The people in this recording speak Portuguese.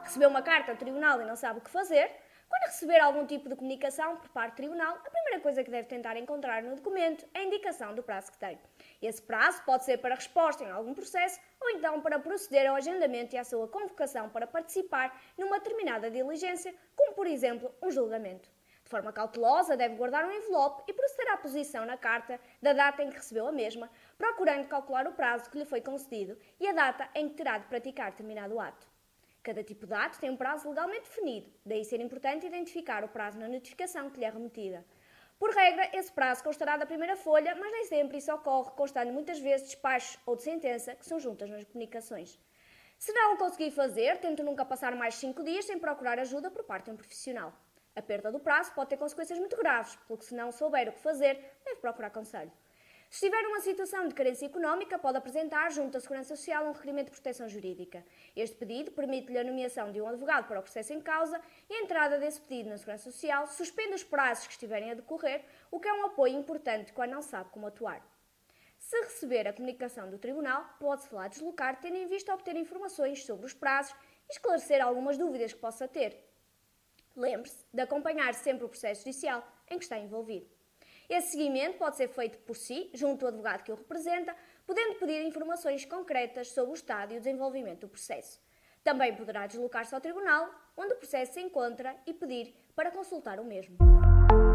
Recebeu uma carta do tribunal e não sabe o que fazer. Quando receber algum tipo de comunicação por parte do tribunal, a primeira coisa que deve tentar encontrar no documento é a indicação do prazo que tem. Esse prazo pode ser para resposta em algum processo ou então para proceder ao agendamento e à sua convocação para participar numa determinada diligência, como por exemplo um julgamento. De forma cautelosa, deve guardar um envelope e proceder à posição na carta da data em que recebeu a mesma, procurando calcular o prazo que lhe foi concedido e a data em que terá de praticar determinado ato. Cada tipo de ato tem um prazo legalmente definido, daí ser importante identificar o prazo na notificação que lhe é remetida. Por regra, esse prazo constará da primeira folha, mas nem sempre isso ocorre, constando muitas vezes despachos ou de sentença que são juntas nas comunicações. Se não o conseguir fazer, tente nunca passar mais 5 dias sem procurar ajuda por parte de um profissional. A perda do prazo pode ter consequências muito graves, pelo que se não souber o que fazer, deve procurar conselho. Se estiver numa situação de carência económica, pode apresentar junto à Segurança Social um requerimento de proteção jurídica. Este pedido permite-lhe a nomeação de um advogado para o processo em causa e a entrada desse pedido na Segurança Social suspende os prazos que estiverem a decorrer, o que é um apoio importante quando não sabe como atuar. Se receber a comunicação do tribunal, pode-se lá deslocar, tendo em vista obter informações sobre os prazos e esclarecer algumas dúvidas que possa ter. Lembre-se de acompanhar sempre o processo judicial em que está envolvido. Esse seguimento pode ser feito por si, junto ao advogado que o representa, podendo pedir informações concretas sobre o estado e o desenvolvimento do processo. Também poderá deslocar-se ao tribunal, onde o processo se encontra, e pedir para consultar o mesmo.